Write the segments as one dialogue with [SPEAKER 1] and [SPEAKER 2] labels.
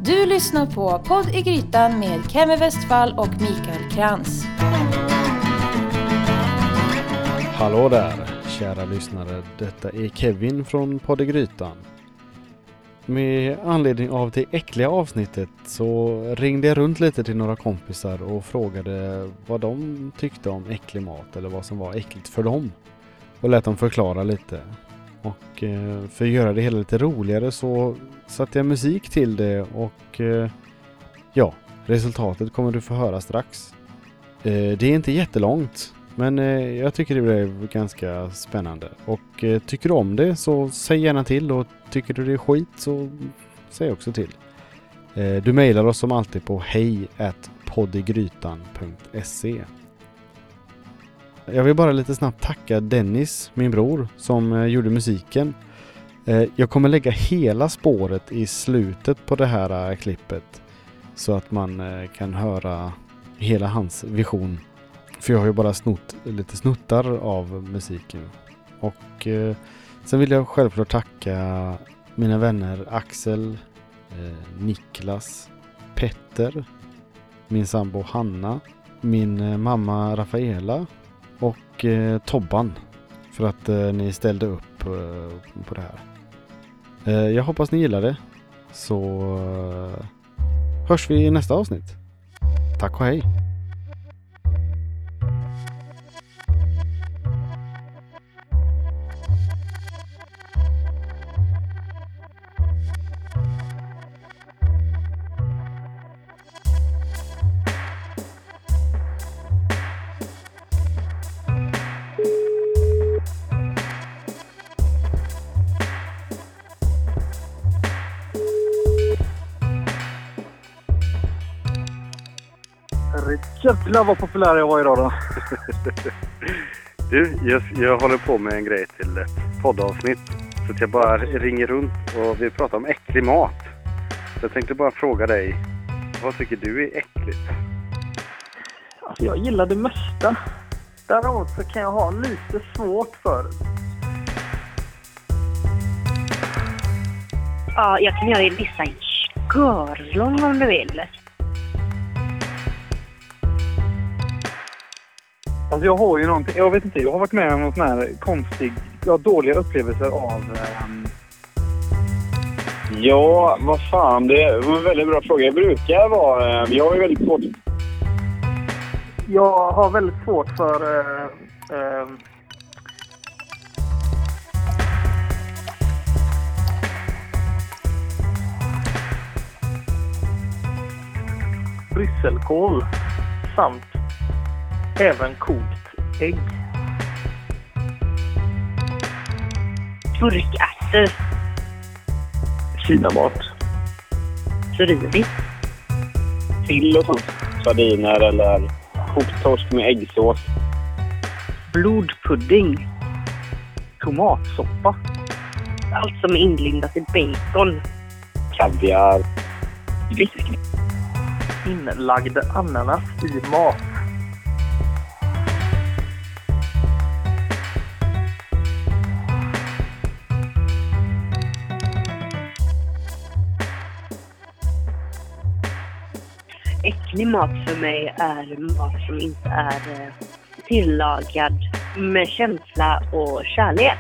[SPEAKER 1] Du lyssnar på Podd i Grytan med Kemi Westfall och Mikael Krantz.
[SPEAKER 2] Hallå där, kära lyssnare. Detta är Kevin från Podd i Grytan. Med anledning av det äckliga avsnittet så ringde jag runt lite till några kompisar och frågade vad de tyckte om äcklig mat eller vad som var äckligt för dem. Och lät dem förklara lite. Och för att göra det hela lite roligare så satte jag musik till det och ja, resultatet kommer du få höra strax. Det är inte jättelångt, men jag tycker det blev ganska spännande. Och tycker du om det så säg gärna till, och tycker du det är skit så säg också till. Du mejlar oss som alltid på hej@poddigrytan.se. Jag vill bara lite snabbt tacka Dennis, min bror, som gjorde musiken. Jag kommer lägga hela spåret i slutet på det här klippet så att man kan höra hela hans vision. För jag har ju bara snott lite snuttar av musiken. Och sen vill jag självklart tacka mina vänner Axel, Niklas, Petter, min sambo Hanna, min mamma Rafaela och Tobban för att ni ställde upp på det här. Jag hoppas ni gillar det, så hörs vi i nästa avsnitt. Tack och hej!
[SPEAKER 3] Jävlar vad populär jag var idag då.
[SPEAKER 4] Du, jag håller på med en grej till ett poddavsnitt. Så att jag bara ringer runt och vi pratar om äcklig mat. Så jag tänkte bara fråga dig, vad tycker du är äckligt?
[SPEAKER 3] Alltså jag gillar det mesta. Däremot så kan jag ha lite svårt för.
[SPEAKER 5] Ja, jag kan göra det vissa görlång om du vill.
[SPEAKER 3] Alltså jag har ju någonting, jag vet inte, jag har varit med om någon sån här konstig, dåliga upplevelser av...
[SPEAKER 6] Ja, vad fan, det var en väldigt bra fråga. Jag brukar vara, jag har ju väldigt svårt...
[SPEAKER 3] Jag har väldigt svårt för... brysselkål samt även kokt ägg.
[SPEAKER 5] Burkatter.
[SPEAKER 3] Kinamat.
[SPEAKER 5] Surimi.
[SPEAKER 6] Sill och sånt. Sardiner eller kokt torsk med äggsås.
[SPEAKER 5] Blodpudding.
[SPEAKER 3] Tomatsoppa.
[SPEAKER 5] Allt som är inlindat i bacon.
[SPEAKER 6] Kaviar.
[SPEAKER 5] Fisk.
[SPEAKER 3] Inlagd ananas i mat.
[SPEAKER 5] Äcklig mat för mig är mat som inte är tillagad med känsla och kärlek.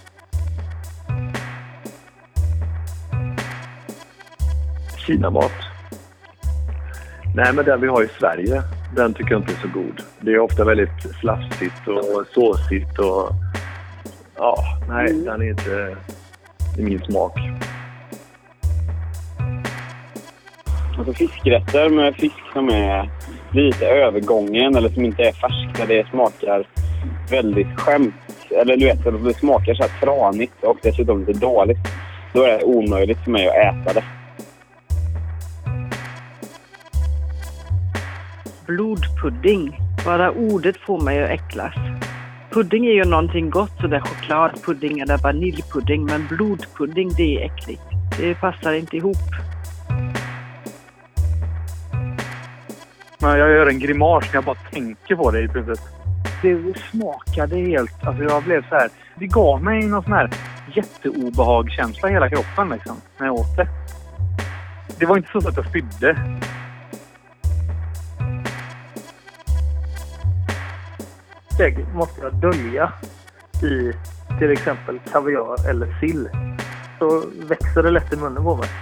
[SPEAKER 7] Kinamat. Nej, men den vi har i Sverige, den tycker jag inte är så god. Det är ofta väldigt slafsigt och såsigt och... Ja, nej, den är inte i min smak.
[SPEAKER 6] Alltså fiskrätter med fisk som är lite övergången eller som inte är färsk, där det smakar väldigt skämt. Eller du vet, det smakar så här tranigt och dessutom lite dåligt. Då är det omöjligt för mig att äta det.
[SPEAKER 8] Blodpudding. Bara ordet får mig att äcklas. Pudding är ju någonting gott, så där chokladpudding eller vaniljpudding, men blodpudding, det är äckligt. Det passar inte ihop.
[SPEAKER 3] Men jag gör en grimas när jag bara tänker på det i princip. Det smakade helt... Alltså jag blev så här... Det gav mig någon sån här jätteobehagkänsla i hela kroppen liksom, när jag åt det. Det var inte så att jag spydde. Ägg måste jag dölja i till exempel kaviar eller sill. Så växer det lätt i munnen på mig.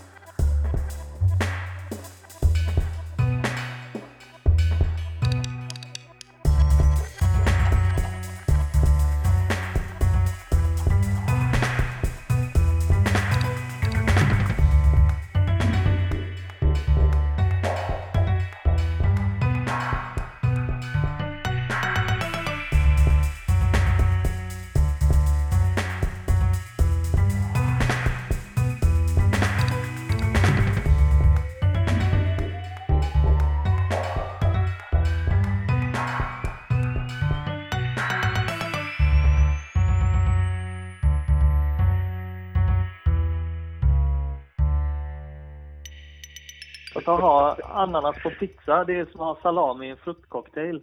[SPEAKER 3] Att ha ananas på pizza, det är som att ha salami i en fruktcocktail.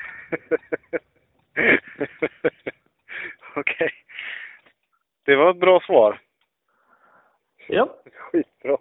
[SPEAKER 4] Okej. Det var ett bra svar.
[SPEAKER 3] Ja.
[SPEAKER 4] Skitbra.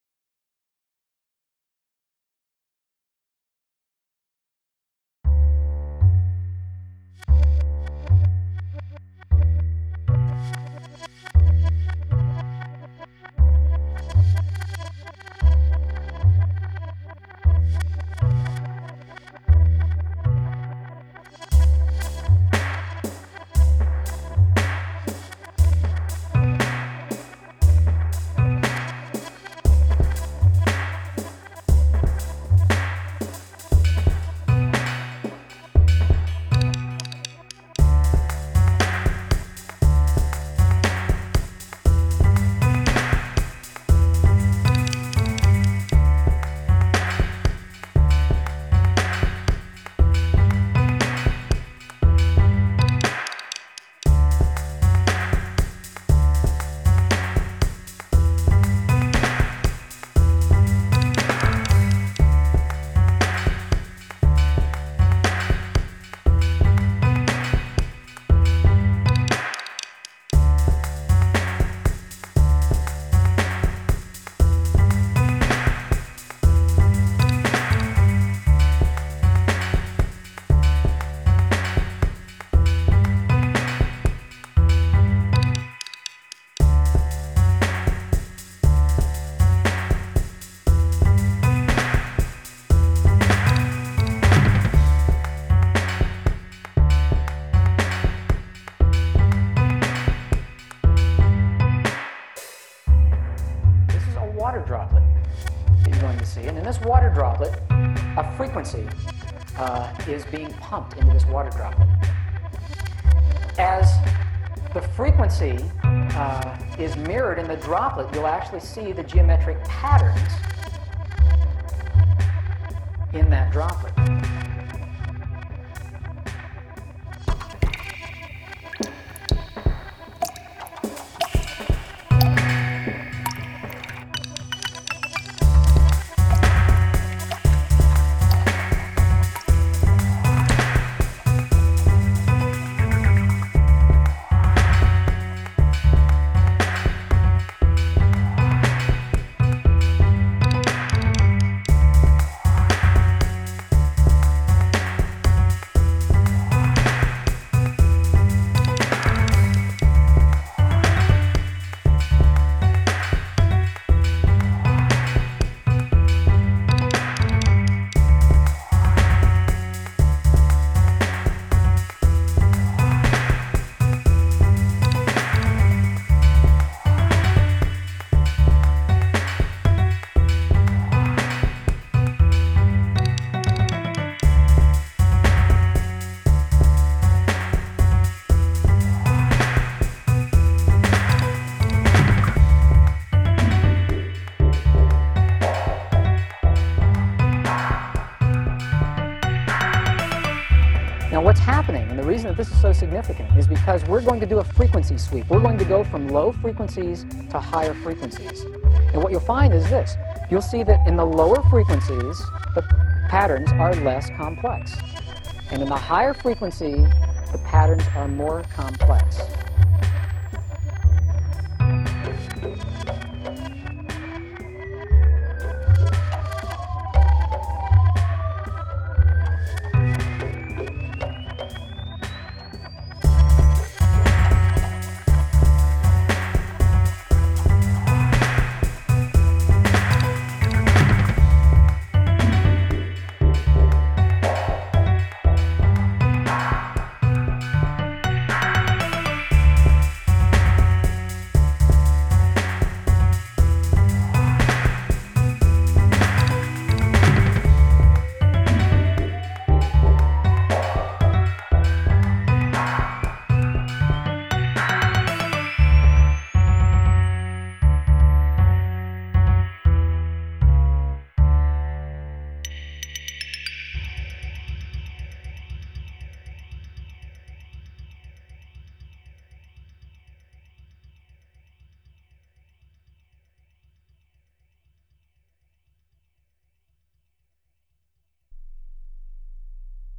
[SPEAKER 9] water droplet that you're going to see. And in this water droplet, a frequency is being pumped into this water droplet. As the frequency is mirrored in the droplet, you'll actually see the geometric patterns in that droplet. Now what's happening, and the reason that this is so significant, is because we're going to do a frequency sweep. We're going to go from low frequencies to higher frequencies. And what you'll find is this. You'll see that in the lower frequencies, the patterns are less complex. And in the higher frequency, the patterns are more complex.